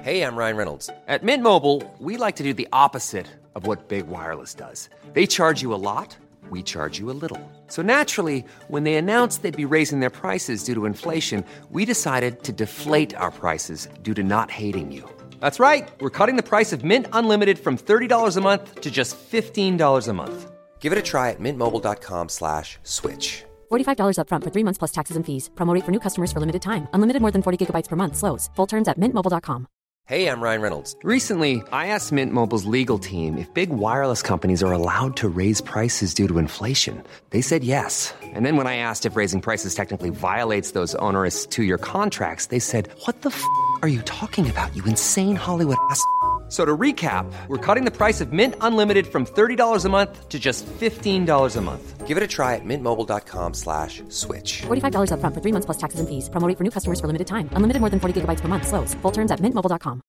Hey, I'm Ryan Reynolds. At Mint Mobile, we like to do the opposite of what Big Wireless does. They charge you a lot, we charge you a little. So naturally, when they announced they'd be raising their prices due to inflation, we decided to deflate our prices due to not hating you. That's right. We're cutting the price of Mint Unlimited from $30 a month to just $15 a month. Give it a try at mintmobile.com/switch. $45 up front for 3 months plus taxes and fees. Promo rate for new customers for limited time. Unlimited more than 40 gigabytes per month slows. Full terms at mintmobile.com. Hey, I'm Ryan Reynolds. Recently, I asked Mint Mobile's legal team if big wireless companies are allowed to raise prices due to inflation. They said yes. And then when I asked if raising prices technically violates those onerous 2-year contracts, they said, "What the are you talking about, you insane Hollywood ass?" So to recap, we're cutting the price of Mint Unlimited from $30 a month to just $15 a month. Give it a try at mintmobile.com/switch. $45 up front for 3 months plus taxes and fees. Promo rate for new customers for limited time. Unlimited more than 40 gigabytes per month slows. Full terms at mintmobile.com.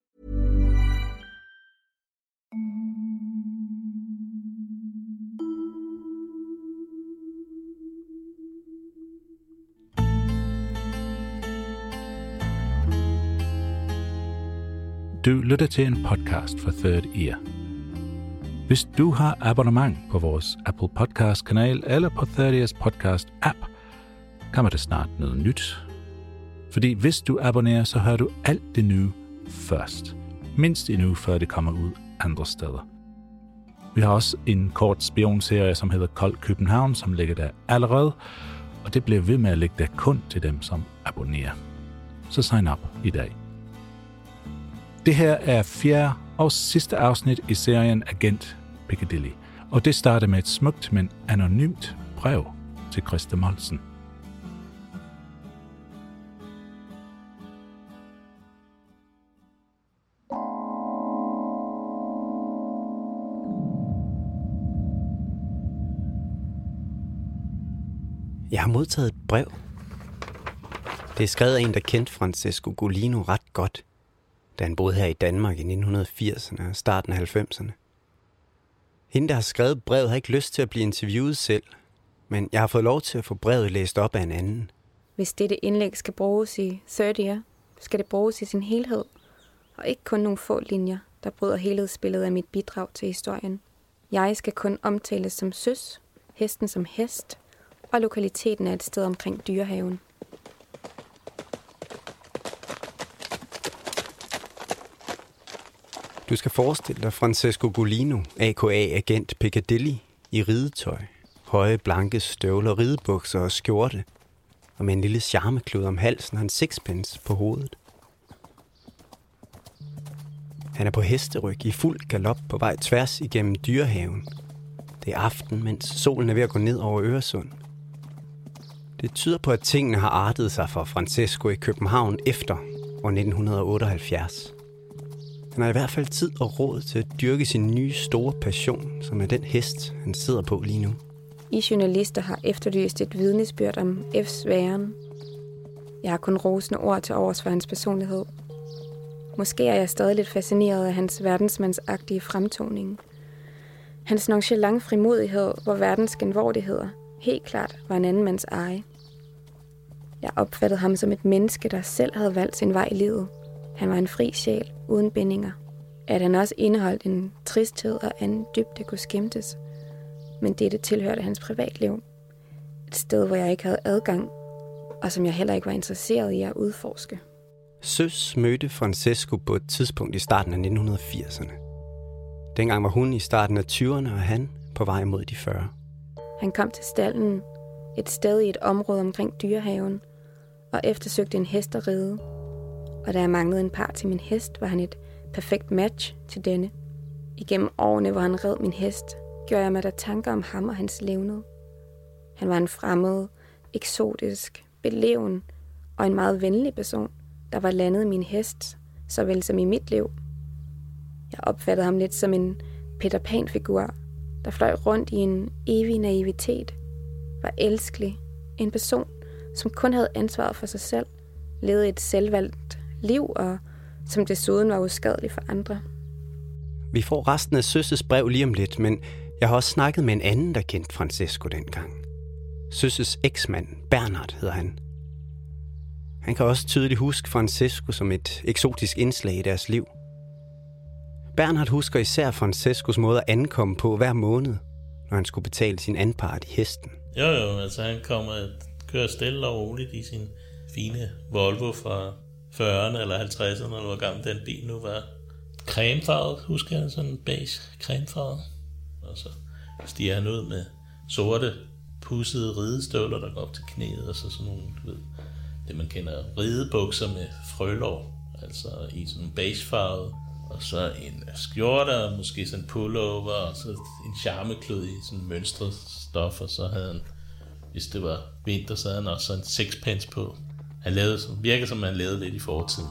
Du lytter til en podcast fra Third Ear. Hvis du har abonnement på vores Apple Podcast-kanal eller på Third Ears podcast-app, kommer det snart noget nyt. Fordi hvis du abonnerer, så hører du alt det nye først. Mindst en uge før det kommer ud andre steder. Vi har også en kort spionserie, som hedder Kold København, som ligger der allerede, og det bliver ved med at ligge der kun til dem, som abonnerer. Så sign up i dag. Det her er 4. og sidste afsnit i serien Agent Piccadilly, og det starter med et smukt, men anonymt brev til Christa Moldsen. Jeg har modtaget et brev. Det er skrevet af en, der kendte Francesco Golino ret godt, da han boede her i Danmark i 1980'erne og starten af 90'erne. Hende, der har skrevet brevet, har ikke lyst til at blive interviewet selv, men jeg har fået lov til at få brevet læst op af en anden. Hvis dette indlæg skal bruges i Third Ear, skal det bruges i sin helhed, og ikke kun nogle få linjer, der bryder helhedsbilledet af mit bidrag til historien. Jeg skal kun omtales som søs, hesten som hest, og lokaliteten er et sted omkring Dyrehaven. Du skal forestille dig Francesco Golino, a.k.a. Agent Piccadilly, i ridetøj, høje blanke støvler, ridebukser og skjorte, og med en lille charmeklud om halsen og en sixpence på hovedet. Han er på hesteryg i fuld galop på vej tværs igennem Dyrehaven. Det er aften, mens solen er ved at gå ned over Øresund. Det tyder på, at tingene har artet sig for Francesco i København efter år 1978. Han har i hvert fald tid og råd til at dyrke sin nye store passion, som er den hest, han sidder på lige nu. I journalister har efterlyst et vidnesbyrd om F's væren. Jeg har kun rosende ord til overs for hans personlighed. Måske er jeg stadig lidt fascineret af hans verdensmandsagtige fremtoning. Hans nonchalant frimodighed, hvor verdens genvordigheder helt klart var en anden mands eje. Jeg opfattede ham som et menneske, der selv havde valgt sin vej i livet. Han var en fri sjæl, uden bindinger. At han også indeholdt en tristhed og anden dybde kunne skimtes. Men dette tilhørte hans privatliv. Et sted, hvor jeg ikke havde adgang, og som jeg heller ikke var interesseret i at udforske. Søs mødte Francesco på et tidspunkt i starten af 1980'erne. Dengang var hun i starten af 20'erne, og han på vej mod de 40. Han kom til stallen, et sted i et område omkring Dyrehaven, og eftersøgte en hest at ride. Og da jeg manglede en par til min hest, var han et perfekt match til denne. Igennem årene, hvor han red min hest, gjorde jeg mig der tanker om ham og hans levned. Han var en fremmed, eksotisk, beleven og en meget venlig person, der var landet i min hest, såvel som i mit liv. Jeg opfattede ham lidt som en Peter Pan-figur, der fløj rundt i en evig naivitet, var elskelig, en person, som kun havde ansvaret for sig selv, levede et selvvalgt liv, og som desuden var uskadelig for andre. Vi får resten af Søsses brev lige om lidt, men jeg har også snakket med en anden, der kendte Francesco dengang. Søsses eksmand, Bernhard, hedder han. Han kan også tydeligt huske Francesco som et eksotisk indslag i deres liv. Bernhard husker især Francescos måde at ankomme på hver måned, når han skulle betale sin anpart i hesten. Jo, altså han kører stille og roligt i sin fine Volvo fra 40'erne eller 50'erne, eller hvor gammel den bil nu var. Cremefarvet, husker jeg, sådan en beige cremefarvet. Og så stiger han ud med sorte, pudsede ridestøvler, der går op til knæet, og så sådan nogle, du ved, det man kender ridebukser med frølår, altså i sådan en beigefarvet, og så en skjorte, og måske sådan en pullover, og så en charmeklud i sådan mønstret stof, og så havde han, hvis det var vinter, så havde han også sådan en sixpence på. Han virker som han levede lidt i fortiden.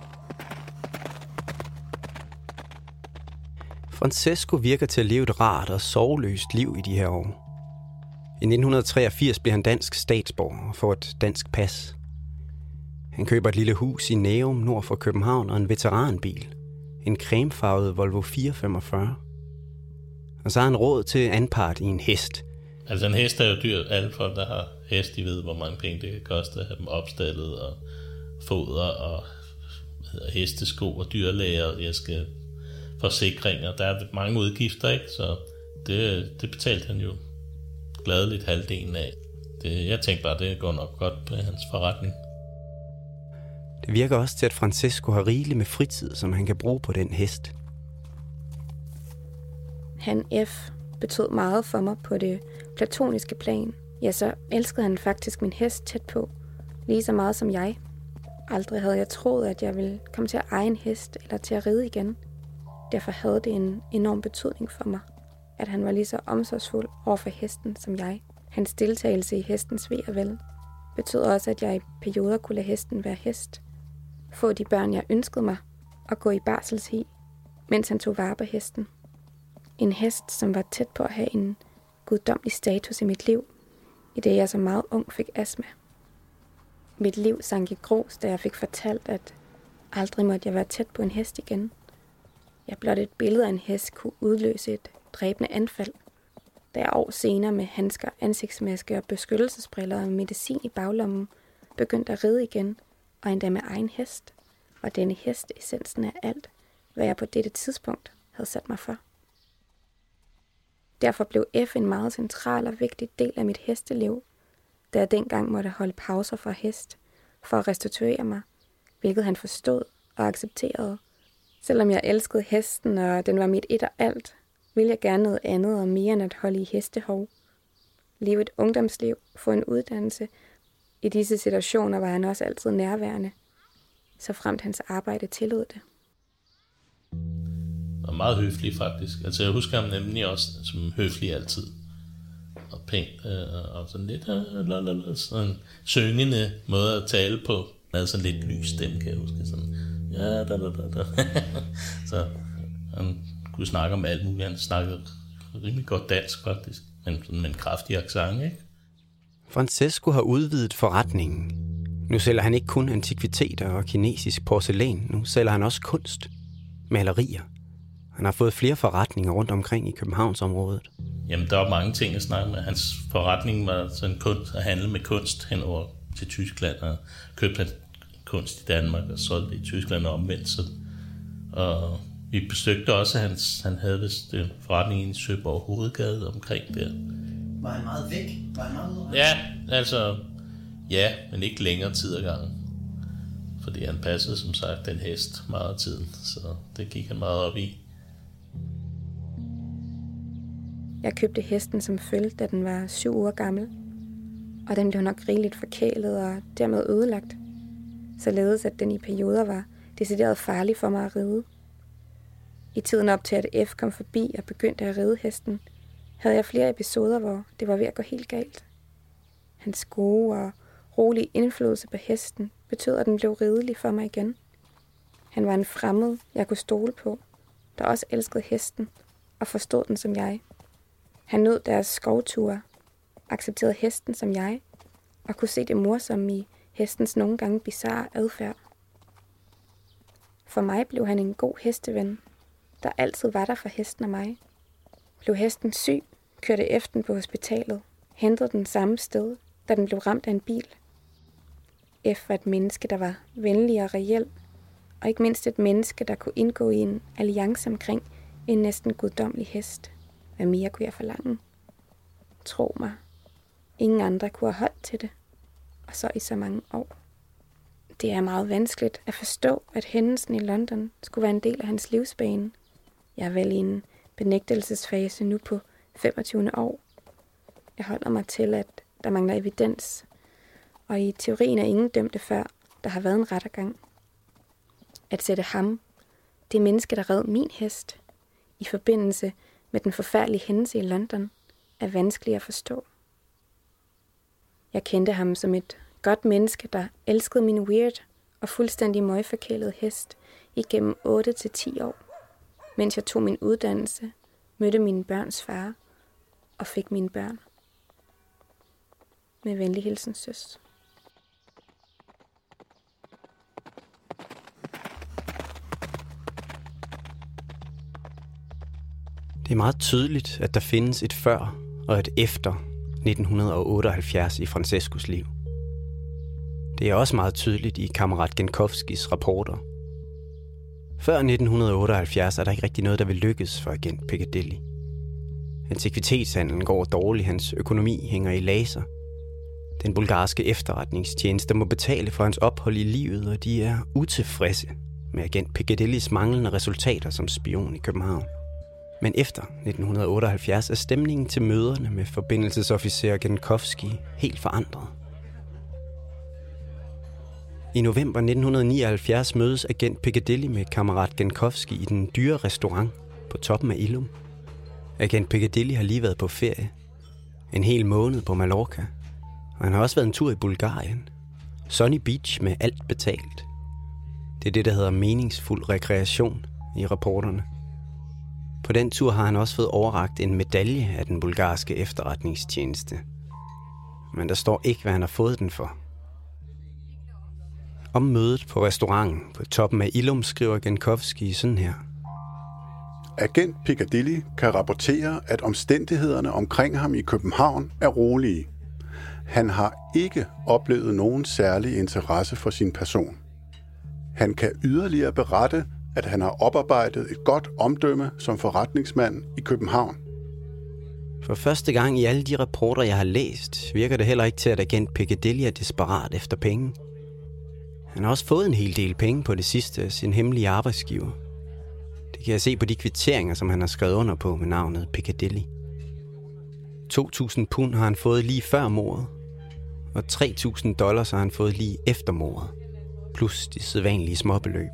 Francesco virker til at leve et rart og sorgløst liv i de her år. I 1983 bliver han dansk statsborger og får et dansk pas. Han køber et lille hus i Nærum nord for København og en veteranbil. En cremefarvet Volvo 445. Og så har han råd til anpart i en hest. Altså en hest er jo dyr. Alle folk, der har hest, de ved, hvor mange penge det kan koste at have dem opstallet og foder og hestesko og dyrlæger og forsikringer. Der er mange udgifter, ikke? Så det betalte han jo gladeligt halvdelen af. Jeg tænkte bare, det går nok godt på hans forretning. Det virker også til, at Francesco har rigeligt med fritid, som han kan bruge på den hest. Han F. betød meget for mig på det platoniske plan. Ja, så elskede han faktisk min hest tæt på, lige så meget som jeg. Aldrig havde jeg troet, at jeg ville komme til at eje en hest eller til at ride igen. Derfor havde det en enorm betydning for mig, at han var lige så omsorgsfuld over for hesten som jeg. Hans deltagelse i hestens ve og vel betød også, at jeg i perioder kunne lade hesten være hest, få de børn, jeg ønskede mig, og gå i barselshi, mens han tog vare på hesten. En hest, som var tæt på at have en guddommelig status i mit liv, i det jeg så meget ung fik astma. Mit liv sank i grus, da jeg fik fortalt, at aldrig måtte jeg være tæt på en hest igen. Jeg blot et billede af en hest kunne udløse et dræbende anfald, da jeg år senere med handsker, ansigtsmaske og beskyttelsesbriller og medicin i baglommen begyndte at ride igen, og endda med egen hest, og denne hest essensen af alt, hvad jeg på dette tidspunkt havde sat mig for. Derfor blev F en meget central og vigtig del af mit hesteliv, da jeg dengang måtte holde pauser fra hest, for at restituere mig, hvilket han forstod og accepterede. Selvom jeg elskede hesten, og den var mit et og alt, ville jeg gerne noget andet og mere end at holde i hestehov. Leve et ungdomsliv, få en uddannelse. I disse situationer var han også altid nærværende, så fremt hans arbejde tillod det. Og meget høflig faktisk. Altså jeg husker ham nemlig også som høflig altid. Og pæn, og sådan lidt sådan en syngende måde at tale på. Han havde sådan lidt lys stemme, kan jeg huske. Sådan, ja, Så han kunne snakke om alt muligt. Han snakkede rimelig godt dansk faktisk, men sådan med en kraftig accent, ikke? Francesco har udvidet forretningen. Nu sælger han ikke kun antikviteter og kinesisk porcelæn. Nu sælger han også kunst, malerier. Han har fået flere forretninger rundt omkring i Københavnsområdet. Jamen, der var mange ting at snakke med. Hans forretning var sådan kunst, at handle med kunst henover til Tyskland, og købte kunst i Danmark og solgte i Tyskland og omvendt. Og vi besøgte også, han havde vist en forretning i Søborg Hovedgade omkring der. Var han meget væk? Var han meget ude? Ja, altså, ja, men ikke længere tid ad gangen. Fordi han passede, som sagt, den hest meget af tiden, så det gik han meget op i. Jeg købte hesten som følge, da den var 7 uger gammel, og den blev nok rigeligt forkælet og dermed ødelagt, således at den i perioder var decideret farlig for mig at ride. I tiden op til, at F kom forbi og begyndte at ride hesten, havde jeg flere episoder, hvor det var ved at gå helt galt. Hans gode og rolige indflydelse på hesten betød, at den blev ridelig for mig igen. Han var en fremmed, jeg kunne stole på, der også elskede hesten og forstod den som jeg. Han nød deres skovture, accepterede hesten som jeg, og kunne se det morsomme i hestens nogle gange bizarre adfærd. For mig blev han en god hesteven, der altid var der for hesten og mig. Blev hesten syg, kørte efter den på hospitalet, hentede den samme sted, da den blev ramt af en bil. F var et menneske, der var venlig og reel, og ikke mindst et menneske, der kunne indgå i en alliance omkring en næsten guddommelig hest. Hvad mere kunne jeg forlange? Tro mig, ingen andre kunne have holdt til det, og så i så mange år. Det er meget vanskeligt at forstå, at hændelsen i London skulle være en del af hans livsbane. Jeg er vel i en benægtelsesfase nu på 25. år. Jeg holder mig til, at der mangler evidens, og i teorien er ingen dømte før, der har været en rettergang. At sætte ham, det menneske, der red min hest, i forbindelse med den forfærdelige hændelse i London, er vanskeligt at forstå. Jeg kendte ham som et godt menneske, der elskede min weird og fuldstændig møgforkælede hest igennem 8-10 år, mens jeg tog min uddannelse, mødte mine børns far og fik mine børn. Med venlig hilsen, søs. Det er meget tydeligt, at der findes et før og et efter 1978 i Francescos liv. Det er også meget tydeligt i kammerat Genkowskis rapporter. Før 1978 er der ikke rigtig noget, der vil lykkes for agent Piccadilly. Antikvitetshandlen går dårligt, hans økonomi hænger i laser. Den bulgarske efterretningstjeneste må betale for hans ophold i livet, og de er utilfredse med agent Piccadillys manglende resultater som spion i København. Men efter 1978 er stemningen til møderne med forbindelsesofficer Genkowski helt forandret. I november 1979 mødes agent Piccadilly med kammerat Genkowski i den dyre restaurant på toppen af Illum. Agent Piccadilly har lige været på ferie. En hel måned på Mallorca. Og han har også været en tur i Bulgarien. Sunny Beach med alt betalt. Det er det, der hedder meningsfuld rekreation i rapporterne. På den tur har han også fået overrakt en medalje af den bulgarske efterretningstjeneste. Men der står ikke, hvad han har fået den for. Om mødet på restauranten på toppen af Illum skriver Genkowski sådan her. Agent Piccadilly kan rapportere, at omstændighederne omkring ham i København er rolige. Han har ikke oplevet nogen særlig interesse for sin person. Han kan yderligere berette, at han har oparbejdet et godt omdømme som forretningsmand i København. For første gang i alle de rapporter, jeg har læst, virker det heller ikke til, at agent Piccadilly er desperat efter penge. Han har også fået en hel del penge på det sidste af sin hemmelige arbejdsgiver. Det kan jeg se på de kvitteringer, som han har skrevet under på med navnet Piccadilly. 2.000 pund har han fået lige før mordet, og $3.000 har han fået lige efter mordet, plus de sædvanlige småbeløb.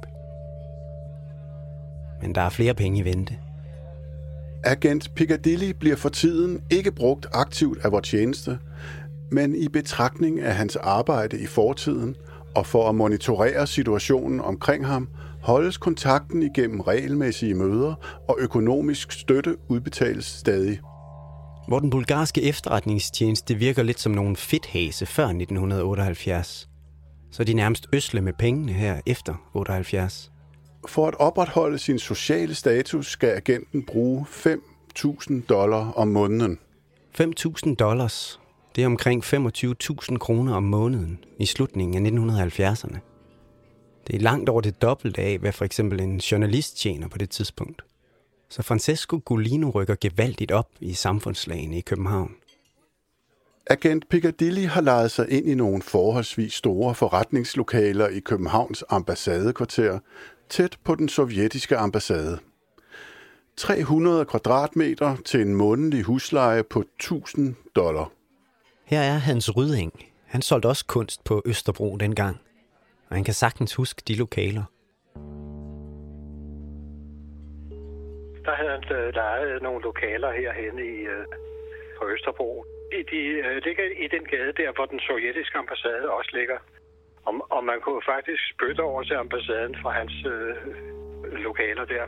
Men der er flere penge i vente. Agent Piccadilly bliver for tiden ikke brugt aktivt af vores tjeneste, men i betragtning af hans arbejde i fortiden og for at monitorere situationen omkring ham, holdes kontakten igennem regelmæssige møder, og økonomisk støtte udbetales stadig. Hvor den bulgarske efterretningstjeneste virker lidt som nogle fedthæse før 1978, så de nærmest øsle med pengene her efter 78. For at opretholde sin sociale status skal agenten bruge $5.000 om måneden. $5.000, det er omkring 25.000 kroner om måneden i slutningen af 1970'erne. Det er langt over det dobbelte af, hvad for eksempel en journalist tjener på det tidspunkt. Så Francesco Golino rykker gevaldigt op i samfundslagene i København. Agent Piccadilly har lejet sig ind i nogle forholdsvis store forretningslokaler i Københavns ambassadekvarter, tæt på den sovjetiske ambassade. 300 kvadratmeter til en månedlig husleje på $1.000. Her er Hans Ryding. Han solgte også kunst på Østerbro dengang, og han kan sagtens huske de lokaler. Der havde han lejet nogle lokaler herhenne på Østerbro. De ligger i den gade der, hvor den sovjetiske ambassade også ligger. Og man kunne faktisk spytte over til ambassaden fra hans lokaler der.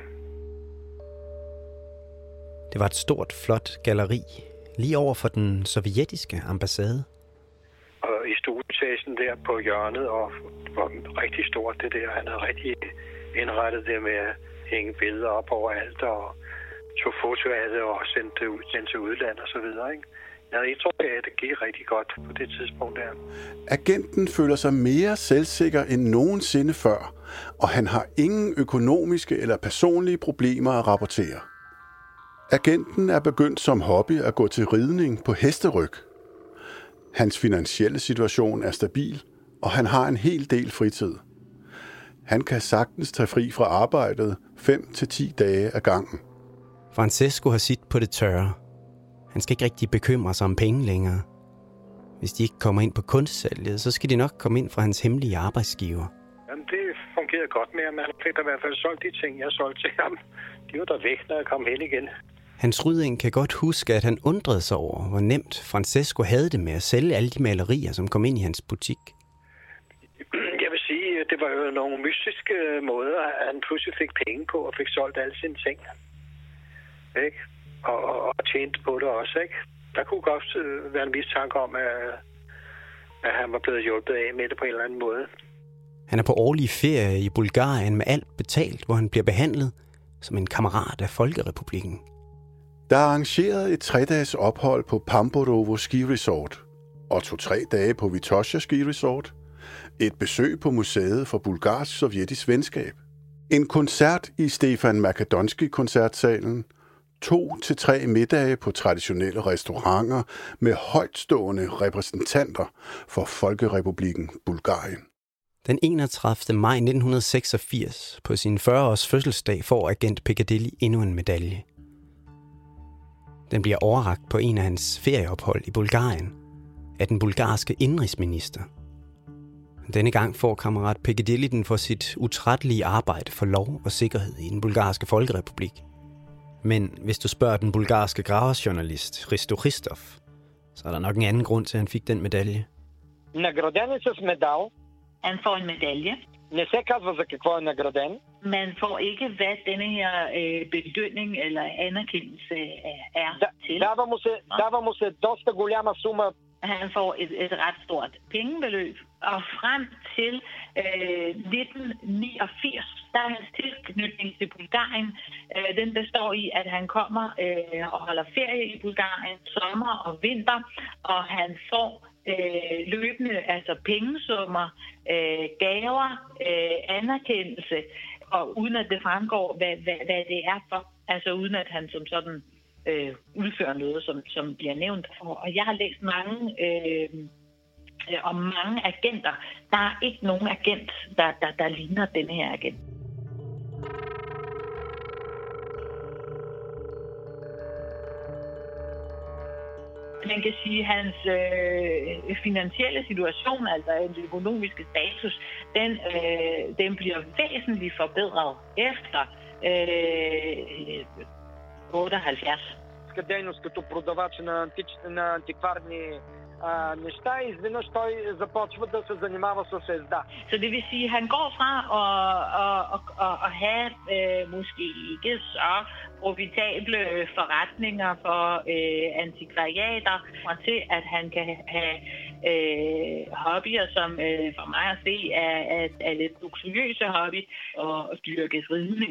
Det var et stort, flot galleri, lige over for den sovjetiske ambassade. Og i stueetagen der på hjørnet, og var rigtig stort det der. Han havde rigtig indrettet det med at hænge billeder op overalt, og tog foto af det og sendte det ud til udlandet og så videre, ikke? Ja, jeg tror, at det gik rigtig godt på det tidspunkt der. Agenten føler sig mere selvsikker end nogensinde før, og han har ingen økonomiske eller personlige problemer at rapportere. Agenten er begyndt som hobby at gå til ridning på hesteryg. Hans finansielle situation er stabil, og han har en hel del fritid. Han kan sagtens tage fri fra arbejdet 5-10 dage ad gangen. Francesco har sit på det tørre. Han skal ikke rigtig bekymre sig om penge længere. Hvis de ikke kommer ind på kunstsalget, så skal de nok komme ind fra hans hemmelige arbejdsgiver. Jamen, det fungerede godt med, at man fik da i hvert fald solgt de ting, jeg solgte til ham. De var der væk, når jeg kom hen igen. Hans Ryding kan godt huske, at han undrede sig over, hvor nemt Francesco havde det med at sælge alle de malerier, som kom ind i hans butik. Jeg vil sige, at det var jo nogle mystiske måder, at han pludselig fik penge på og fik solgt alle sine ting. Ikke? Og tjente på det også, ikke? Der kunne godt være en mistanke om, at han var blevet hjulpet af med det på en eller anden måde. Han er på årlig ferie i Bulgarien med alt betalt, hvor han bliver behandlet som en kammerat af Folkerepublikken. Der er arrangeret et 3-dages ophold på Pamporovo Ski Resort og 2-3 dage på Vitosha Ski Resort. Et besøg på museet for bulgarsk-sovjetisk venskab. En koncert i Stefan Makedonski-koncertsalen. 2-3 middage på traditionelle restauranter med højtstående repræsentanter for Folkerepublikken Bulgarien. Den 31. maj 1986, på sin 40-års fødselsdag, får agent Piccadilly endnu en medalje. Den bliver overrakt på en af hans ferieophold i Bulgarien af den bulgarske indrigsminister. Denne gang får kammerat Piccadilly den for sit utrættelige arbejde for lov og sikkerhed i den bulgarske Folkerepublik. Men hvis du spørger den bulgarske gravejournalist Hristo Hristov, så er der nok en anden grund til, at han fik den medalje. Награден е с медал. Han får en medalje. Не се казва за какво е награден. Man får ikke, hvad denne her belønning eller anerkendelse er til. Дава му се доста голяма сума. Han får et ret stort pengebeløb. Og frem til 1989, der er hans tilknytning til Bulgarien. Den består i, at han kommer og holder ferie i Bulgarien sommer og vinter, og han får løbende altså pengesummer, gaver, anerkendelse, og uden at det fremgår, hvad det er for. Altså uden at han som sådan udfører noget, som bliver nævnt. Og jeg har læst mange om mange agenter. Der er ikke nogen agent, der ligner denne her agent. Man kan sige, at hans finansielle situation, altså den økonomiske status, den bliver væsentligt forbedret efter 78. Дейност като продавач на антикварни неща и изведнъж той започва да се занимава с езда. Så det vil sige, at han går fra at have måske ikke så profitable forretninger for antikvariater, og til at han kan have hobbyer, som for mig at se er lidt luksuriøse hobby og dyrke ridning.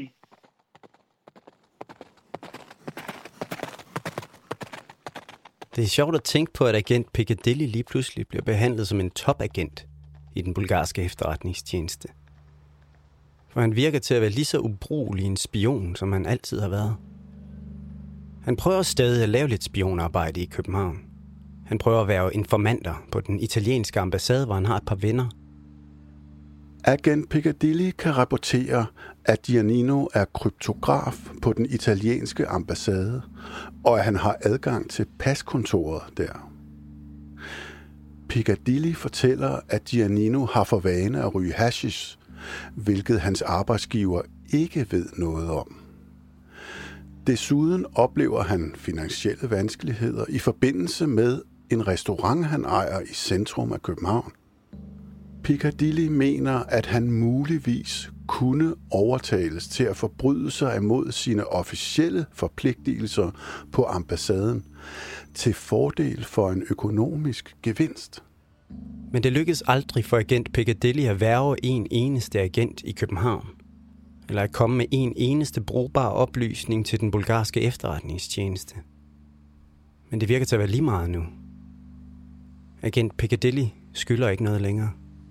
Det er sjovt at tænke på, at agent Piccadilly lige pludselig bliver behandlet som en topagent i den bulgarske efterretningstjeneste. For han virker til at være lige så ubrugelig en spion, som han altid har været. Han prøver stadig at lave lidt spionarbejde i København. Han prøver at være informanter på den italienske ambassade, hvor han har et par venner. Agent Piccadilly kan rapportere, at Giannino er kryptograf på den italienske ambassade, og at han har adgang til paskontoret der. Piccadilly fortæller, at Giannino har for vane at ryge hashish, hvilket hans arbejdsgiver ikke ved noget om. Desuden oplever han finansielle vanskeligheder i forbindelse med en restaurant, han ejer i centrum af København. Piccadilly mener, at han muligvis kunne overtales til at forbryde sig imod sine officielle forpligtelser på ambassaden til fordel for en økonomisk gevinst. Men det lykkedes aldrig for agent Piccadilly at hverve en eneste agent i København, eller at komme med en eneste brugbar oplysning til den bulgarske efterretningstjeneste. Men det virker til at være lige meget nu. Agent Piccadilly skylder ikke noget længere.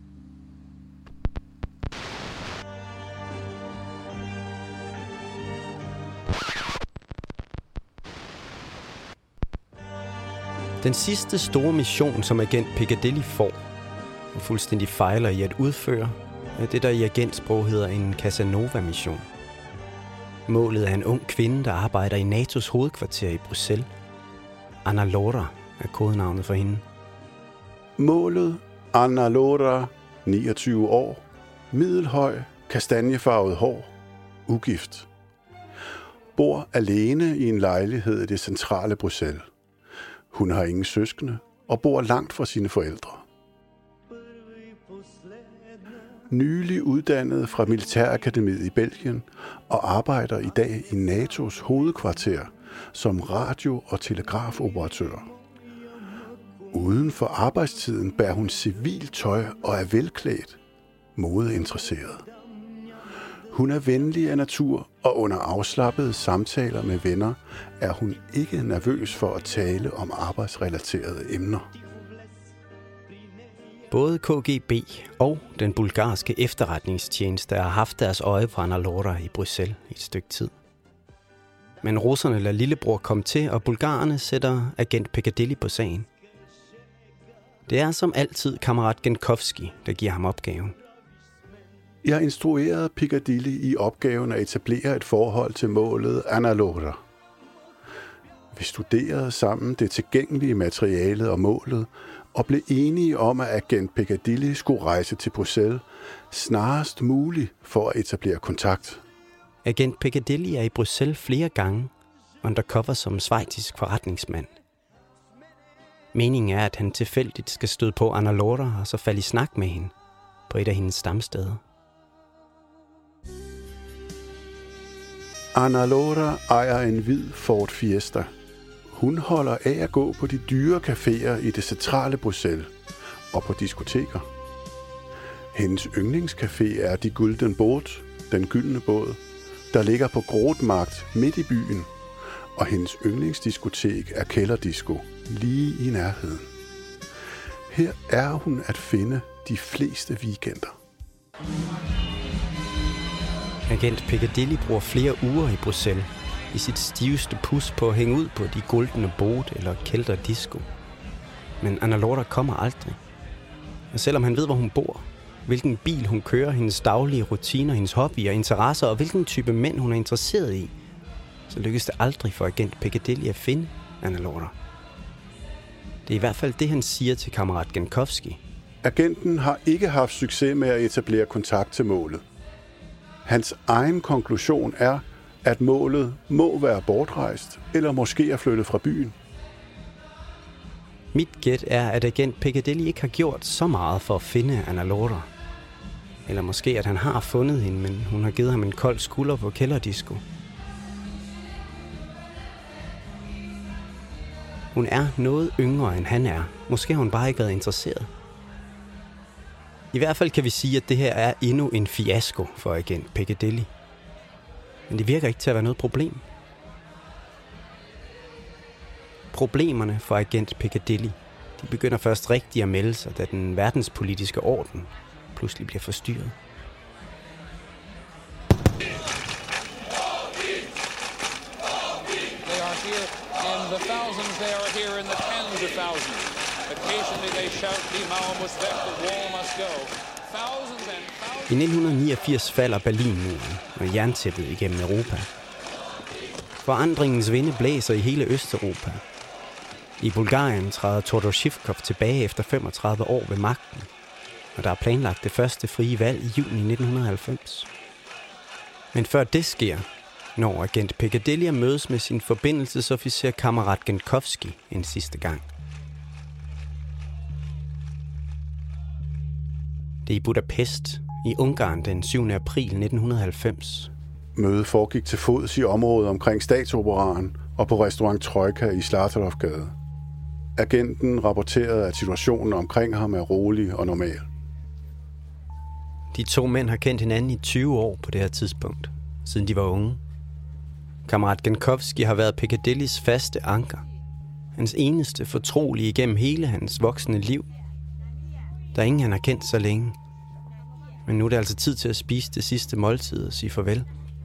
Den sidste store mission, som agent Piccadilly får, og fuldstændig fejler i at udføre, er det, der i agentsprog hedder en Casanova-mission. Målet er en ung kvinde, der arbejder i NATO's hovedkvarter i Bruxelles. Anna Laura er kodenavnet for hende. Målet: Anna Laura, 29 år, middelhøj, kastanjefarvet hår, ugift. Bor alene i en lejlighed i det centrale Bruxelles. Hun har ingen søskende og bor langt fra sine forældre. Nylig uddannet fra Militærakademiet i Belgien og arbejder i dag i NATO's hovedkvarter som radio- og telegrafoperatør. Uden for arbejdstiden bærer hun civilt tøj og er velklædt, modeinteresseret. Hun er venlig af natur, og under afslappede samtaler med venner er hun ikke nervøs for at tale om arbejdsrelaterede emner. Både KGB og den bulgarske efterretningstjeneste har haft deres øje på Anna Laura i Bruxelles i et stykke tid. Men russerne lader lillebror komme til, og bulgarerne sætter agent Piccadilly på sagen. Det er som altid kammerat Genkovski, der giver ham opgaven. Jeg instruerede Piccadilly i opgaven at etablere et forhold til målet Anna Laura. Vi studerede sammen det tilgængelige materiale og målet, og blev enige om, at agent Piccadilly skulle rejse til Bruxelles snarest muligt for at etablere kontakt. Agent Piccadilly er i Bruxelles flere gange, undercover som schweizisk forretningsmand. Meningen er, at han tilfældigt skal støde på Anna Laura og så falde i snak med hende på et af hendes stamsteder. Anna Laura ejer en hvid Ford Fiesta. Hun holder af at gå på de dyre caféer i det centrale Bruxelles og på diskoteker. Hendes yndlingscafé er Die Gulden Boot, den gyldne båd, der ligger på Grootmarkt midt i byen, og hendes yndlingsdiskotek er Kælderdisco, lige i nærheden. Her er hun at finde de fleste weekender. Agent Piccadilly bruger flere uger i Bruxelles i sit stiveste pus på at hænge ud på de Guldne Boot eller Kælderdisco. Men Anna Laura kommer aldrig. Og selvom han ved, hvor hun bor, hvilken bil hun kører, hendes daglige rutiner, hendes hobbyer, interesser og hvilken type mænd hun er interesseret i, så lykkes det aldrig for agent Piccadilly at finde Anna Laura. Det er i hvert fald det, han siger til kammerat Genkovski. Agenten har ikke haft succes med at etablere kontakt til målet. Hans egen konklusion er, at målet må være bortrejst, eller måske er flyttet fra byen. Mit gæt er, at agent Piccadilly ikke har gjort så meget for at finde Anna Laura. Eller måske, at han har fundet hende, men hun har givet ham en kold skulder på Kælderdisco. Hun er noget yngre, end han er. Måske har hun bare ikke været interesseret. I hvert fald kan vi sige, at det her er endnu en fiasko for agent Piccadilly. Men det virker ikke til at være noget problem. Problemerne for agent Piccadilly, de begynder først rigtigt at melde sig, da den verdenspolitiske orden pludselig bliver forstyrret. They are here in the thousands, they are here in the tens of thousands. Occasionally they shout, Die Mauer muss weg, the wall must go. Thousands and thousands. I 1989 falder Berlinmuren og jerntæppet igennem Europa. Forandringens vinde blæser i hele Østeuropa. I Bulgarien træder Todor Zhivkov tilbage efter 35 år ved magten, og der er planlagt det første frie valg i juni 1990. Men før det sker, når agent Piccadilly mødes med sin forbindelsesofficer kammerat Genkovski en sidste gang. Det er i Budapest, i Ungarn den 7. april 1990. Mødet foregik til fods i området omkring Statsoperaen og på restaurant Trojka i Zlatorovgade. Agenten rapporterede, at situationen omkring ham er rolig og normal. De to mænd har kendt hinanden i 20 år på det her tidspunkt, siden de var unge. Kammerat Genkovski har været Piccadillys faste anker. Hans eneste fortrolige igennem hele hans voksne liv. Der er ingen, han har kendt så længe. Men nu er det altså tid til at spise det sidste måltid og sige farvel.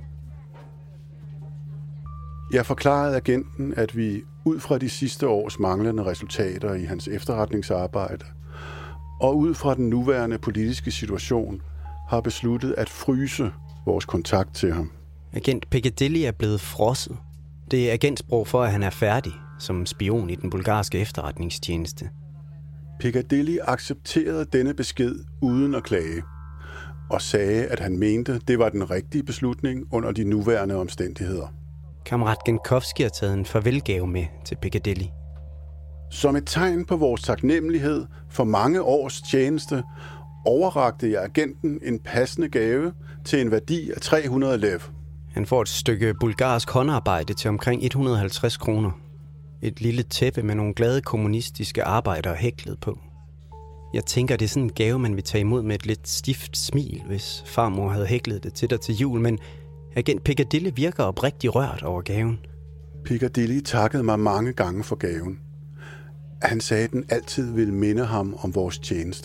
Jeg forklarede agenten, at vi ud fra de sidste års manglende resultater i hans efterretningsarbejde og ud fra den nuværende politiske situation har besluttet at fryse vores kontakt til ham. Agent Piccadilly er blevet frosset. Det er agentsprog for, at han er færdig som spion i den bulgarske efterretningstjeneste. Piccadilly accepterede denne besked uden at klage og sagde, at han mente, det var den rigtige beslutning under de nuværende omstændigheder. Kammerat Genkowski har taget en farvelgave med til Piccadilly. Som et tegn på vores taknemmelighed for mange års tjeneste, overrakte jeg agenten en passende gave til en værdi af 300 lev. Han får et stykke bulgarsk håndarbejde til omkring 150 kroner. Et lille tæppe med nogle glade kommunistiske arbejdere hæklet på. Jeg tænker, det er sådan en gave, man vil tage imod med et lidt stift smil, hvis farmor havde hæklet det til dig til jul, men agent Piccadilly virker oprigtigt rørt over gaven. Piccadilly takkede mig mange gange for gaven. Han sagde, at den altid ville minde ham om vores tjeneste.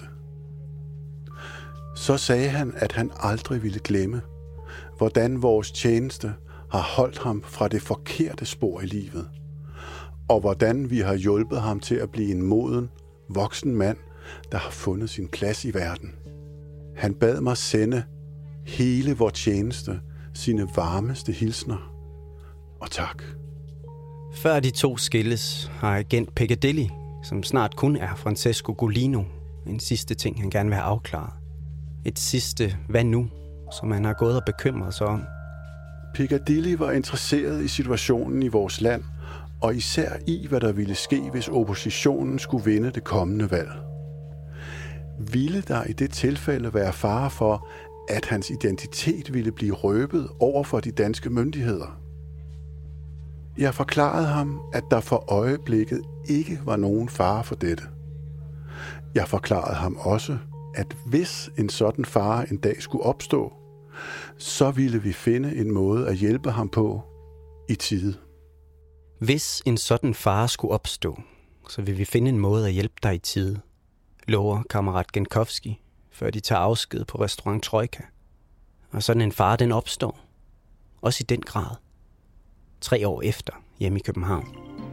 Så sagde han, at han aldrig ville glemme, hvordan vores tjeneste har holdt ham fra det forkerte spor i livet, og hvordan vi har hjulpet ham til at blive en moden, voksen mand, der har fundet sin plads i verden. Han bad mig sende hele vores tjeneste sine varmeste hilsner og tak. Før de to skilles, har agent Piccadilly, som snart kun er Francesco Golino, en sidste ting, han gerne vil have afklaret. Et sidste hvad nu, som han har gået og bekymret sig om. Piccadilly var interesseret i situationen i vores land, og især i, hvad der ville ske, hvis oppositionen skulle vinde det kommende valg. Ville der i det tilfælde være fare for, at hans identitet ville blive røbet over for de danske myndigheder? Jeg forklarede ham, at der for øjeblikket ikke var nogen fare for dette. Jeg forklarede ham også, at hvis en sådan fare en dag skulle opstå, så ville vi finde en måde at hjælpe ham på i tide. Hvis en sådan fare skulle opstå, så vil vi finde en måde at hjælpe dig i tide, lover kammerat Genkowski, før de tager afsked på restaurant Troika. Og sådan en fare, den opstår. Også i den grad. 3 år efter, hjemme i København.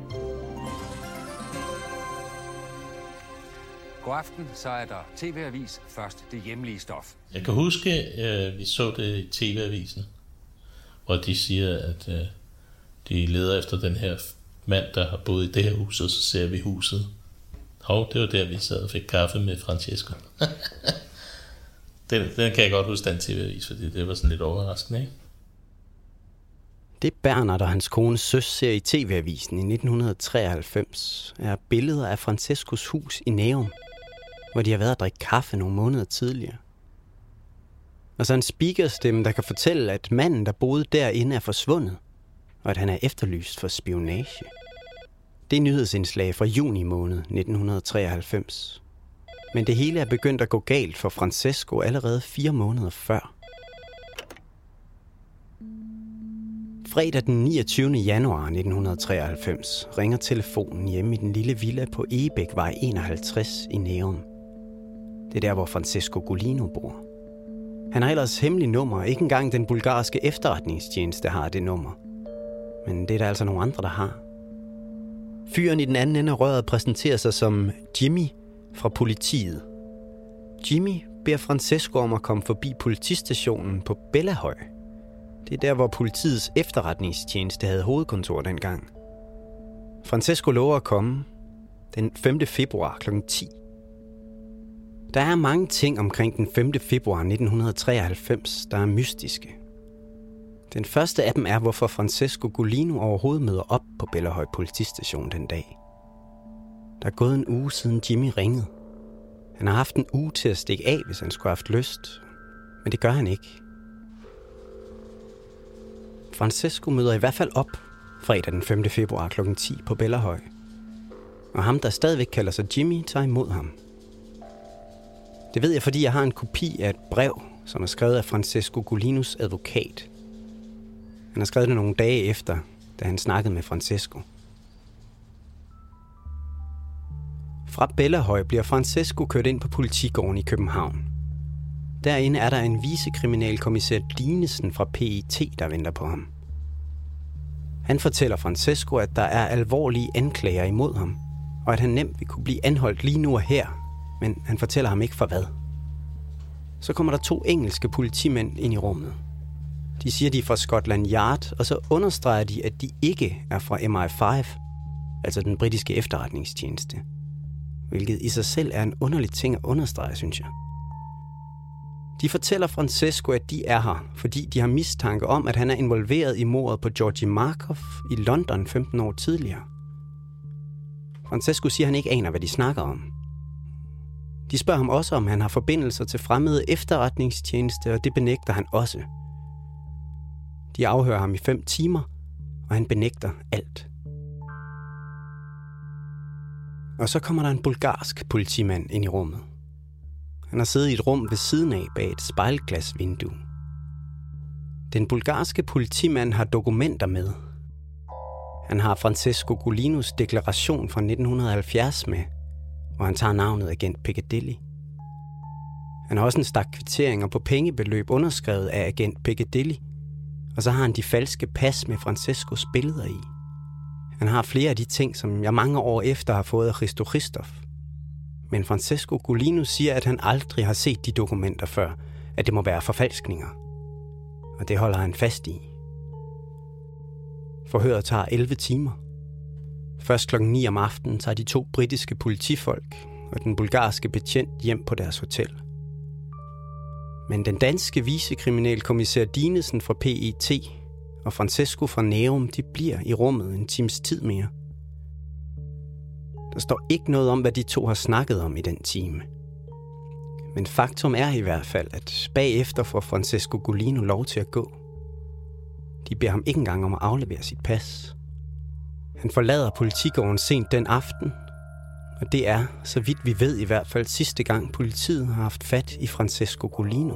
God aften, så er der TV-avis. Først det hjemlige stof. Jeg kan huske, vi så det i TV-avisen, hvor de siger, at de leder efter den her mand, der har boet i det her hus, og så ser vi huset. Det var der, vi sad og fik kaffe med Francesco. den kan jeg godt huske, den TV-avis, fordi det var sådan lidt overraskende, ikke? Det Bernard og hans kone Søs ser i TV-avisen i 1993 er billeder af Francescos hus i Nærum, hvor de har været at drikke kaffe nogle måneder tidligere. Og så en speakerstemme, der kan fortælle, at manden, der boede derinde, er forsvundet, og at han er efterlyst for spionage. Det er nyhedsindslag fra juni måned 1993. Men det hele er begyndt at gå galt for Francesco allerede 4 måneder før. Fredag den 29. januar 1993 ringer telefonen hjemme i den lille villa på Egebækvej 51 i Nærum. Det er der, hvor Francesco Golino bor. Han har ellers hemmelig nummer, ikke engang den bulgarske efterretningstjeneste har det nummer. Men det er der altså nogle andre, der har. Fyren i den anden ende af røret præsenterer sig som Jimmy fra politiet. Jimmy beder Francesco om at komme forbi politistationen på Bellahøj. Det er der, hvor politiets efterretningstjeneste havde hovedkontor dengang. Francesco lover at komme den 5. februar kl. 10. Der er mange ting omkring den 5. februar 1993, der er mystiske. Den første af dem er, hvorfor Francesco Golino overhovedet møder op på Bellahøj politistation den dag. Der er gået en uge siden Jimmy ringede. Han har haft en uge til at stikke af, hvis han skulle have haft lyst. Men det gør han ikke. Francesco møder i hvert fald op fredag den 5. februar kl. 10 på Bellahøj. Og ham, der stadigvæk kalder sig Jimmy, tager imod ham. Det ved jeg, fordi jeg har en kopi af et brev, som er skrevet af Francesco Golinos advokat. Han har skrevet det nogle dage efter, da han snakkede med Francesco. Fra Bellahøj bliver Francesco kørt ind på politigården i København. Derinde er der en vicekriminalkommissær Dinesen fra PET, der venter på ham. Han fortæller Francesco, at der er alvorlige anklager imod ham, og at han nemt vil kunne blive anholdt lige nu og her, men han fortæller ham ikke for hvad. Så kommer der 2 engelske politimænd ind i rummet. De siger, de er fra Scotland Yard, og så understreger de, at de ikke er fra MI5, altså den britiske efterretningstjeneste. Hvilket i sig selv er en underlig ting at understrege, synes jeg. De fortæller Francesco, at de er her, fordi de har mistanke om, at han er involveret i mordet på Georgi Markov i London 15 år tidligere. Francesco siger, at han ikke aner, hvad de snakker om. De spørger ham også, om han har forbindelser til fremmede efterretningstjeneste, og det benægter han også. De afhører ham i 5 timer, og han benægter alt. Og så kommer der en bulgarsk politimand ind i rummet. Han har siddet i et rum ved siden af bag et spejlglasvindue. Den bulgarske politimand har dokumenter med. Han har Francesco Golinos deklaration fra 1970 med, hvor han tager navnet agent Piccadilly. Han har også en stak kvitteringer på pengebeløb underskrevet af agent Piccadilly, og så har han de falske pas med Francescos billeder i. Han har flere af de ting, som jeg mange år efter har fået af Christo Christoph. Men Francesco Golino siger, at han aldrig har set de dokumenter før, at det må være forfalskninger. Og det holder han fast i. Forhøret tager 11 timer. Først klokken 9 om aftenen tager de 2 britiske politifolk og den bulgarske betjent hjem på deres hotel. Men den danske vicekriminalkommissær Dinesen fra PET og Francesco fra Neum, de bliver i rummet en times tid mere. Der står ikke noget om, hvad de 2 har snakket om i den time. Men faktum er i hvert fald, at bagefter får Francesco Golino lov til at gå. De beder ham ikke engang om at aflevere sit pas. Han forlader politigården sent den aften, og det er, så vidt vi ved i hvert fald, sidste gang politiet har haft fat i Francesco Golino.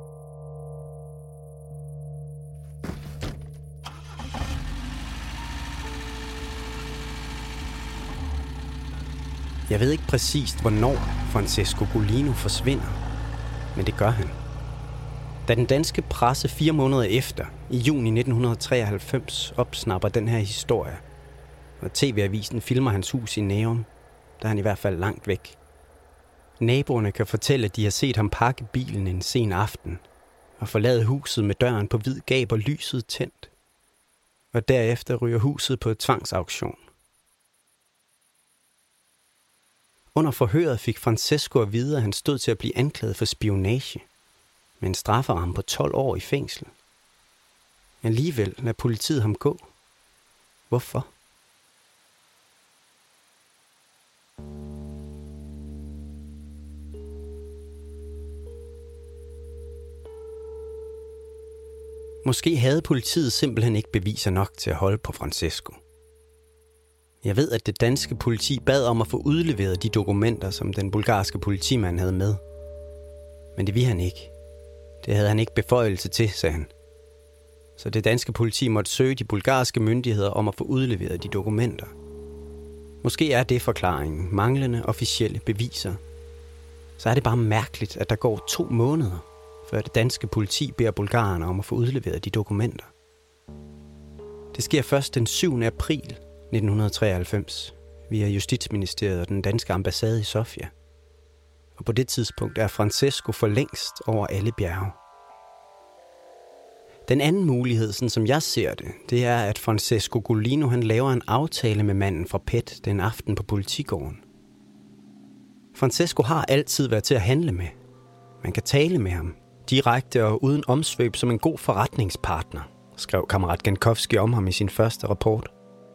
Jeg ved ikke præcist, hvornår Francesco Golino forsvinder, men det gør han. Da den danske presse 4 måneder efter, i juni 1993, opsnapper den her historie, og TV-avisen filmer hans hus i Neum, der er han i hvert fald langt væk. Naboerne kan fortælle, at de har set ham pakke bilen en sen aften og forlade huset med døren på vid gab og lyset tændt. Og derefter ryger huset på tvangsauktion. Under forhøret fik Francesco at vide, at han stod til at blive anklaget for spionage, men straffer ham på 12 år i fængsel. Alligevel lader politiet ham gå. Hvorfor? Måske havde politiet simpelthen ikke beviser nok til at holde på Francesco. Jeg ved, at det danske politi bad om at få udleveret de dokumenter, som den bulgarske politimand havde med. Men det ville han ikke. Det havde han ikke beføjelse til, sagde han. Så det danske politi måtte søge de bulgarske myndigheder om at få udleveret de dokumenter. Måske er det forklaringen, manglende officielle beviser. Så er det bare mærkeligt, at der går 2 måneder, før det danske politi beder bulgarerne om at få udleveret de dokumenter. Det sker først den 7. april 1993 via Justitsministeriet og den danske ambassade i Sofia. Og på det tidspunkt er Francesco for længst over alle bjerge. Den anden mulighed, sådan som jeg ser det, det er, at Francesco Golino han laver en aftale med manden fra PET den aften på politigården. Francesco har altid været til at handle med. Man kan tale med ham, direkte og uden omsvøb som en god forretningspartner, skrev kammerat Gankowski om ham i sin første rapport.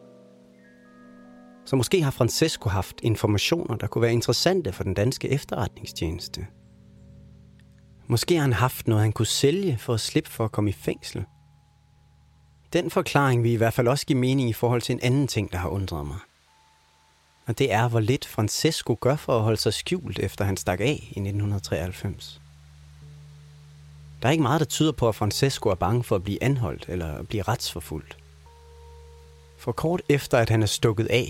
Så måske har Francesco haft informationer, der kunne være interessante for den danske efterretningstjeneste. Måske har han haft noget, han kunne sælge for at slippe for at komme i fængsel. Den forklaring vil i hvert fald også give mening i forhold til en anden ting, der har undret mig. Og det er, hvor lidt Francesco gør for at holde sig skjult, efter han stak af i 1993. Der er ikke meget, der tyder på, at Francesco er bange for at blive anholdt eller at blive retsforfulgt. For kort efter, at han er stukket af,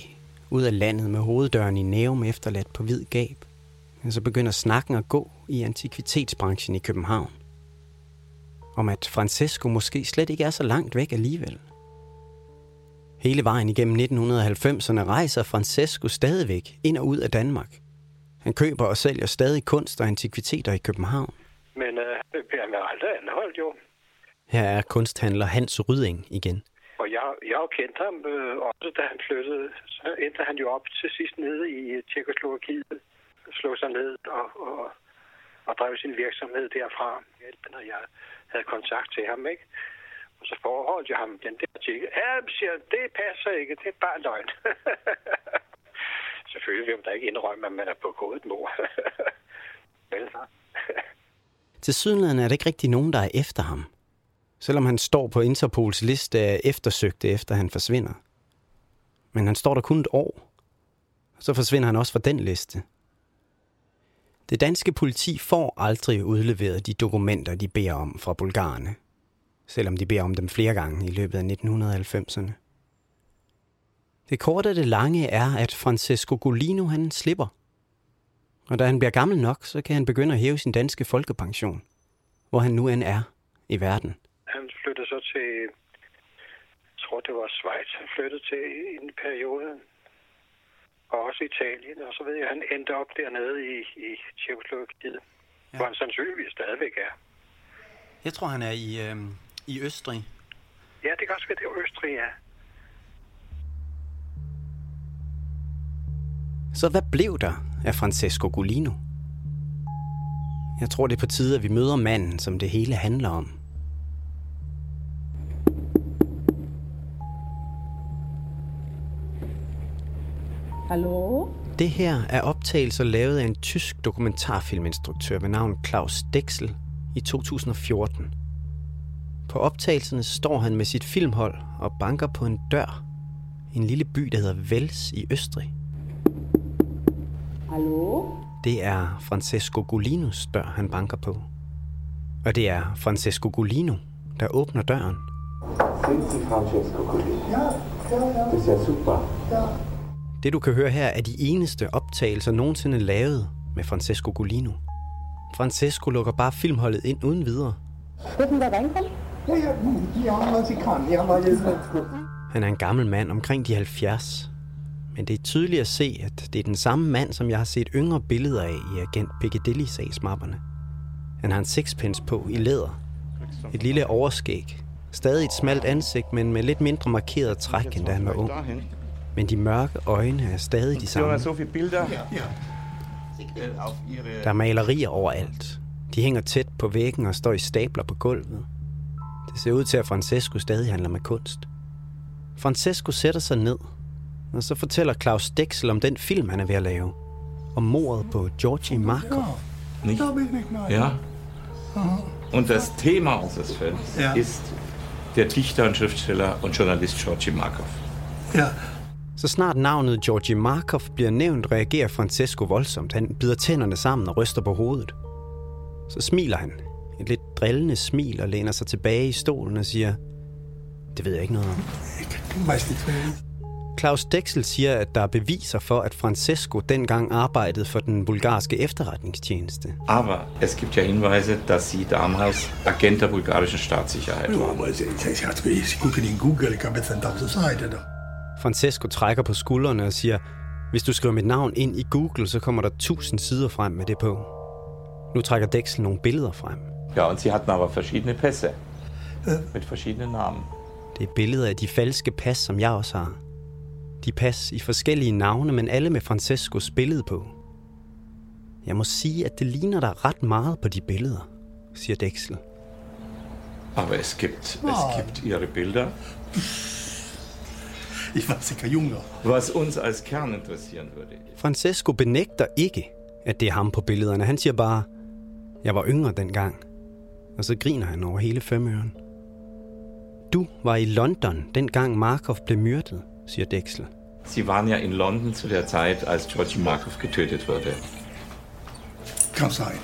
ud af landet med hoveddøren i nævm efterladt på hvid gab. Men så begynder snakken at gå i antikvitetsbranchen i København. Om at Francesco måske slet ikke er så langt væk alligevel. Hele vejen igennem 1990'erne rejser Francesco stadigvæk ind og ud af Danmark. Han køber og sælger stadig kunst og antikviteter i København. Men det bliver med aldrig anholdt, jo. Her er kunsthandler Hans Ryding igen. Og jeg har jo kendt ham også, da han flyttede. Så endte han jo op til sidst nede i Tjekkoslovakiet. Slog sig ned og drev sin virksomhed derfra. Når jeg havde kontakt til ham, ikke? Og så forholdt jeg ham den der artikel. Ja, siger, det passer ikke. Det er bare løgn. Selvfølgelig vil man da ikke indrømme, at man er på gået mord. Vel så. Tilsyneladende er det ikke rigtig nogen, der er efter ham. Selvom han står på Interpols liste af eftersøgte, efter han forsvinder. Men han står der kun et år. Så forsvinder han også fra den liste. Det danske politi får aldrig udleveret de dokumenter, de beder om fra bulgarerne. Selvom de beder om dem flere gange i løbet af 1990'erne. Det korte af det lange er, at Francesco Golino han slipper. Og da han bliver gammel nok, så kan han begynde at hæve sin danske folkepension. Hvor han nu end er i verden. Han flyttede så til, jeg tror det var Schweiz, han flyttede til i en periode. Og også Italien, og så ved jeg, han endte op dernede i Tjekkoslovakiet. Ja. Hvor han sandsynligvis stadigvæk er. Jeg tror, han er i Østrig. Ja, det kan også være, det er Østrig, ja. Så hvad blev der af Francesco Golino? Jeg tror, det er på tide, at vi møder manden, som det hele handler om. Hallo? Det her er optagelser lavet af en tysk dokumentarfilminstruktør ved navn Klaus Dexel i 2014. På optagelserne står han med sit filmhold og banker på en dør i en lille by, der hedder Wels i Østrig. Hallo? Det er Francesco Golinos dør, han banker på. Og det er Francesco Golino, der åbner døren. Francesco Golino. Ja. Det er super. Ja. Det du kan høre her er de eneste optagelser nogensinde lavet med Francesco Golino. Francesco lukker bare filmholdet ind uden videre. Han er en gammel mand omkring de 70. Men det er tydeligt at se, at det er den samme mand, som jeg har set yngre billeder af i agent Piccadilly-sagsmapperne. Han har en sixpence på i læder. Et lille overskæg. Stadig et smalt ansigt, men med lidt mindre markeret træk, end da han var ung. Men de mørke øjne er stadig de samme. Der er malerier overalt. De hænger tæt på væggen og står i stabler på gulvet. Det ser ud til, at Francesco stadig handler med kunst. Francesco sætter sig ned, og så fortæller Klaus Dexel om den film, han er ved at lave. Om mordet på Georgi Markov. Nicht? Ja. Und das Thema unseres Films ist der Dichter und Schriftsteller und Journalist Georgi Markov. Ja. Så snart navnet Georgi Markov bliver nævnt, reagerer Francesco voldsomt. Han bider tænderne sammen og ryster på hovedet. Så smiler han. Et lidt drillende smil og læner sig tilbage i stolen og siger, det ved jeg ikke noget om. Klaus Dexel siger, at der er beviser for, at Francesco dengang arbejdede for den bulgarske efterretningstjeneste. Aber es gibt ja Hinweise, dass Sie damals Agent der bulgarischen Staatssicherheit waren. Francesco trækker på skuldrene og siger, hvis du skriver mit navn ind i Google, så kommer der 1000 sider frem med det på. Nu trækker Dexel nogle billeder frem. Ja, und Sie hatten aber verschiedene Pässe mit verschiedenen Namen. Det er billeder af de falske pas, som jeg også har. De pas i forskellige navne, men alle med Francescos billede på. Jeg må sige, at det ligner der ret meget på de billeder, siger Dexel. Aber es gibt Ihre Bilder. Ich war sicher junger. Was uns als Kern interessieren würde. Francesco benægter ikke, at det er ham på billederne. Han siger bare, jeg var yngre dengang. Og så griner han over hele femøren. Du var i London, dengang Markov blev myrdet, siger Dexel. Sie waren ja in London zu der Zeit, als Georgi Markov getötet wurde. Kan sein.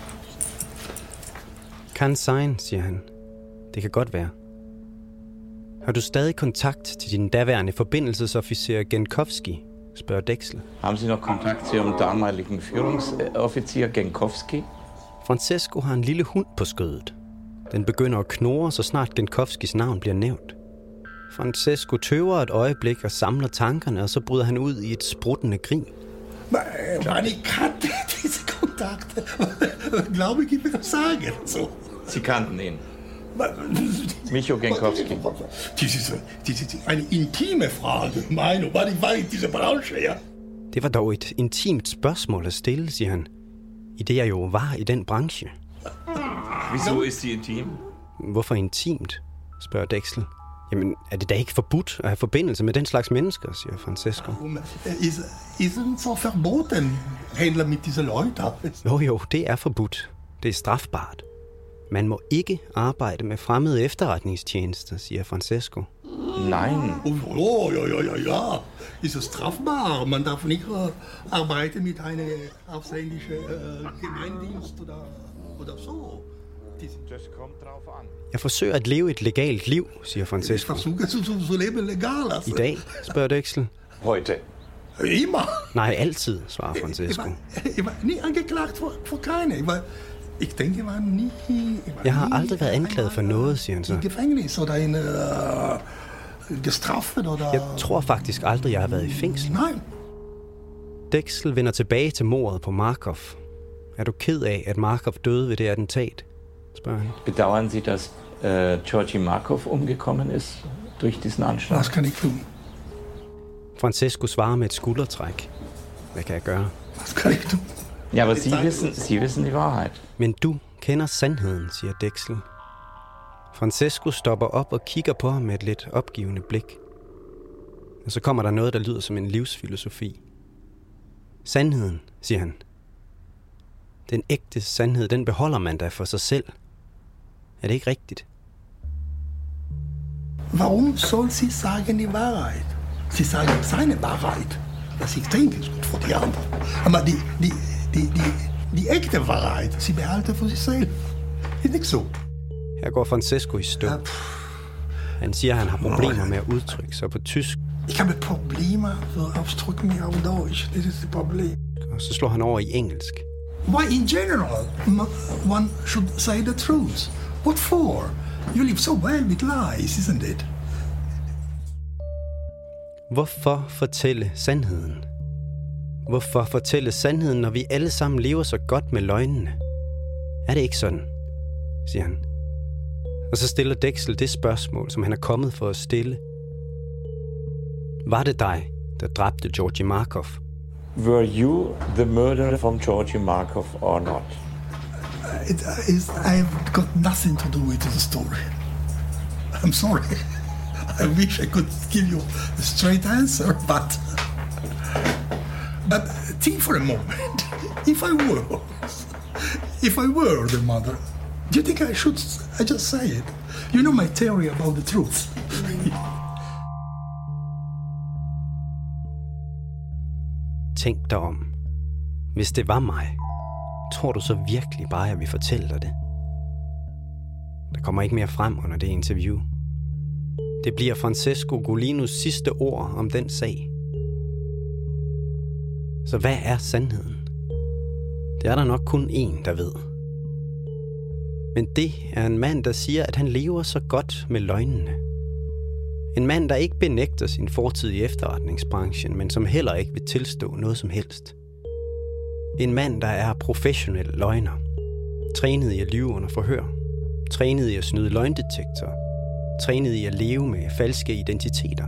Kan sein, siger han. Det kan godt være. Har du stadig kontakt til din daværende forbindelsesofficer Genkowski? spørger Dexel. Haben Sie noch Kontakt til den damaligen Führungsoffizier Genkowski? Francesco har en lille hund på skødet. Den begynder at knurre, så snart Genkowskis navn bliver nævnt. Francesco tøver et øjeblik og samler tankerne, og så bryder han ud i et spruttende grin. Men ich kannte diese Kontakte. Glaube ich, ich will das sagen. So. Sie kannten ihn. Micho Genkowski. Das ist eine intime Frage. Meine, was ich war in dieser Branche, ja. Det var dog et intimt spørgsmål at stille, siger han. I det jeg jo var i den branche. Wieso ist sie intim? Hvorfor intimt, spørger Dexel. Jamen, er det da ikke forbudt at have forbindelse med den slags mennesker, siger Francesco. Ist so verboten, handler mit diese Leute. Jo, det er forbudt. Det er strafbart. Man må ikke arbejde med fremmede efterretningstjenester, siger Francesco. Nein. Ja. Ist es strafbar? Man darf nicht arbeiten mit einer ausländischen Geheimdienst oder so. Das kommt drauf an. Jeg forsøger at leve et legalt liv, siger Francesco. Så leve legal, altså. I dag, spørger Dexel. Heute. Immer. Nej, altid, svarer Francesco. Jeg var nie angeklagt for keine. Jeg har aldrig været anklaget for noget, siger han så. Jeg tror faktisk aldrig, jeg har været i fængsel. Nej. Dexel vender tilbage til mordet på Markov. Er du ked af, at Markov døde ved det attentat? Spørger han. Bedauern Sie, dass Georgi Markov umgekommen ist durch diesen Anschlag? Was kann ich tun? Francesco svarer med et skuldertræk. Hvad kan jeg gøre? Was kann ich tun? Ja, aber Sie wissen die Wahrheit. Men du kender sandheden, siger Dexel. Francesco stopper op og kigger på ham med et lidt opgivende blik. Og så kommer der noget, der lyder som en livsfilosofi. Sandheden, siger han. Den ægte sandhed, den beholder man da for sig selv. Er det ikke rigtigt? Warum soll sie sagen die Wahrheit? Sie sagen seine Wahrheit. Was ich denke, ist gut für die anderen. Aber die echte Wahrheit, sie behalten for sig selv. Ist nicht so. Her går Francesco i stå. Han siger, at han har problemer med at udtrykke sig på tysk. Ich habe Probleme für ausdrücken mich auf Deutsch. Das ist das Problem. Og så slår han over i engelsk. Why in general one should say the truth? What for? You live so well with lies, isn't it? Hvorfor fortælle sandheden? Hvorfor fortælle sandheden, når vi alle sammen lever så godt med løgnene? Er det ikke sådan? Siger han. Og så stiller Dexel det spørgsmål, som han er kommet for at stille. Var det dig, der dræbte Georgi Markov? Were you the murderer from Georgi Markov or not? I've got nothing to do with the story. I'm sorry. I wish I could give you a straight answer, but think for a moment. If I were the mother, do you think I just say it? You know my theory about the truth. Tænk dig om. Hvis det var mig, tror du så virkelig bare, at jeg vil fortælle dig det? Der kommer ikke mere frem under det interview. Det bliver Francesco Golinos sidste ord om den sag. Så hvad er sandheden? Det er der nok kun én, der ved. Men det er en mand, der siger, at han lever så godt med løgnene. En mand, der ikke benægter sin fortid i efterretningsbranchen, men som heller ikke vil tilstå noget som helst. En mand, der er professionel løgner. Trænet i at lyve under forhør. Trænet i at snyde løgndetektorer. Trænet i at leve med falske identiteter.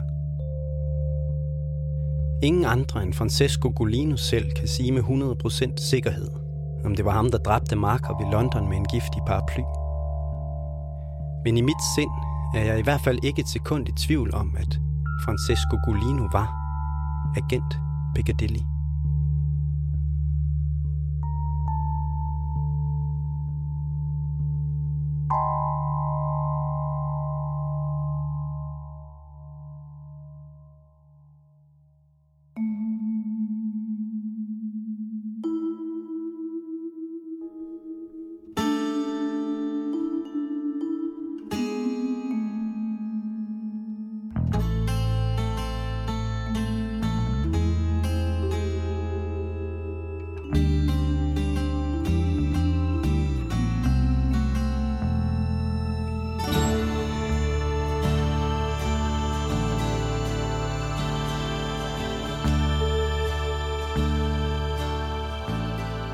Ingen andre end Francesco Golino selv kan sige med 100% sikkerhed, om det var ham, der dræbte Markov i London med en giftig paraply. Men i mit sind er jeg i hvert fald ikke et sekund i tvivl om, at Francesco Golino var agent Piccadilly.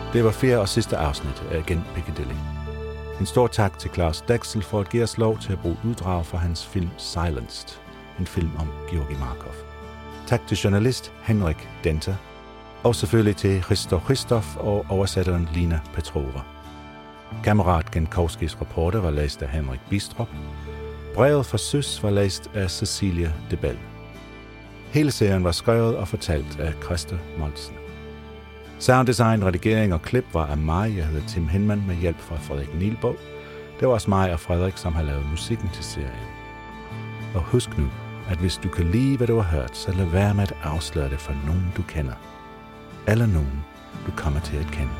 Det var 4. og sidste afsnit af Agent Piccadilly. En stor tak til Claus Daxel for at give os lov til at bruge uddrag fra hans film Silenced, en film om Georgi Markov. Tak til journalist Henrik Denta, og selvfølgelig til Christoph og oversætteren Lina Petrova. Kammerat Genkowskis rapporter var læst af Henrik Bistrup. Brevet fra Søs var læst af Cecilia Debel. Hele serien var skrevet og fortalt af Christa Molsen. Sounddesign, redigering og klip var af mig. Jeg hedder Tim Hinman med hjælp fra Frederik Nielbo. Det var også mig og Frederik, som har lavet musikken til serien. Og husk nu, at hvis du kan lide, hvad du har hørt, så lad være med at afsløre det for nogen, du kender. Eller nogen, du kommer til at kende.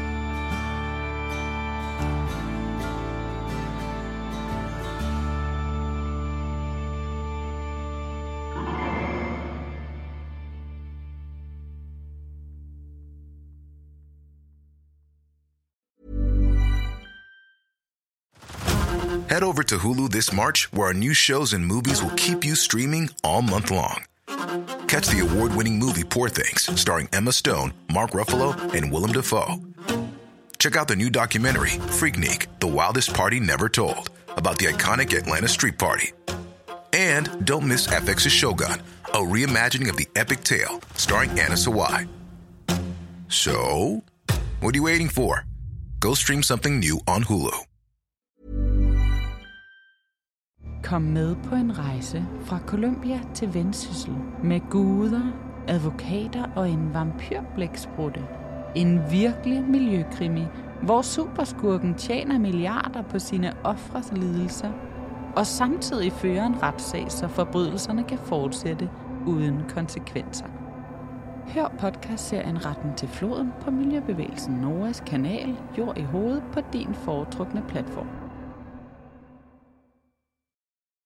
Head over to Hulu this March, where our new shows and movies will keep you streaming all month long. Catch the award-winning movie Poor Things, starring Emma Stone, Mark Ruffalo, and Willem Dafoe. Check out the new documentary, Freaknik, The Wildest Party Never Told, about the iconic Atlanta Street Party. And don't miss FX's Shogun, a reimagining of the epic tale, starring Anna Sawai. So, what are you waiting for? Go stream something new on Hulu. Kom med på en rejse fra Colombia til Vendsyssel med guder, advokater og en vampyrblæksprutte. En virkelig miljøkrimi, hvor superskurken tjener milliarder på sine ofres lidelser, og samtidig fører en retssag, så forbrydelserne kan fortsætte uden konsekvenser. Hør podcastserien Retten til floden på Miljøbevægelsen Noras kanal Jord i hovedet på din foretrukne platform.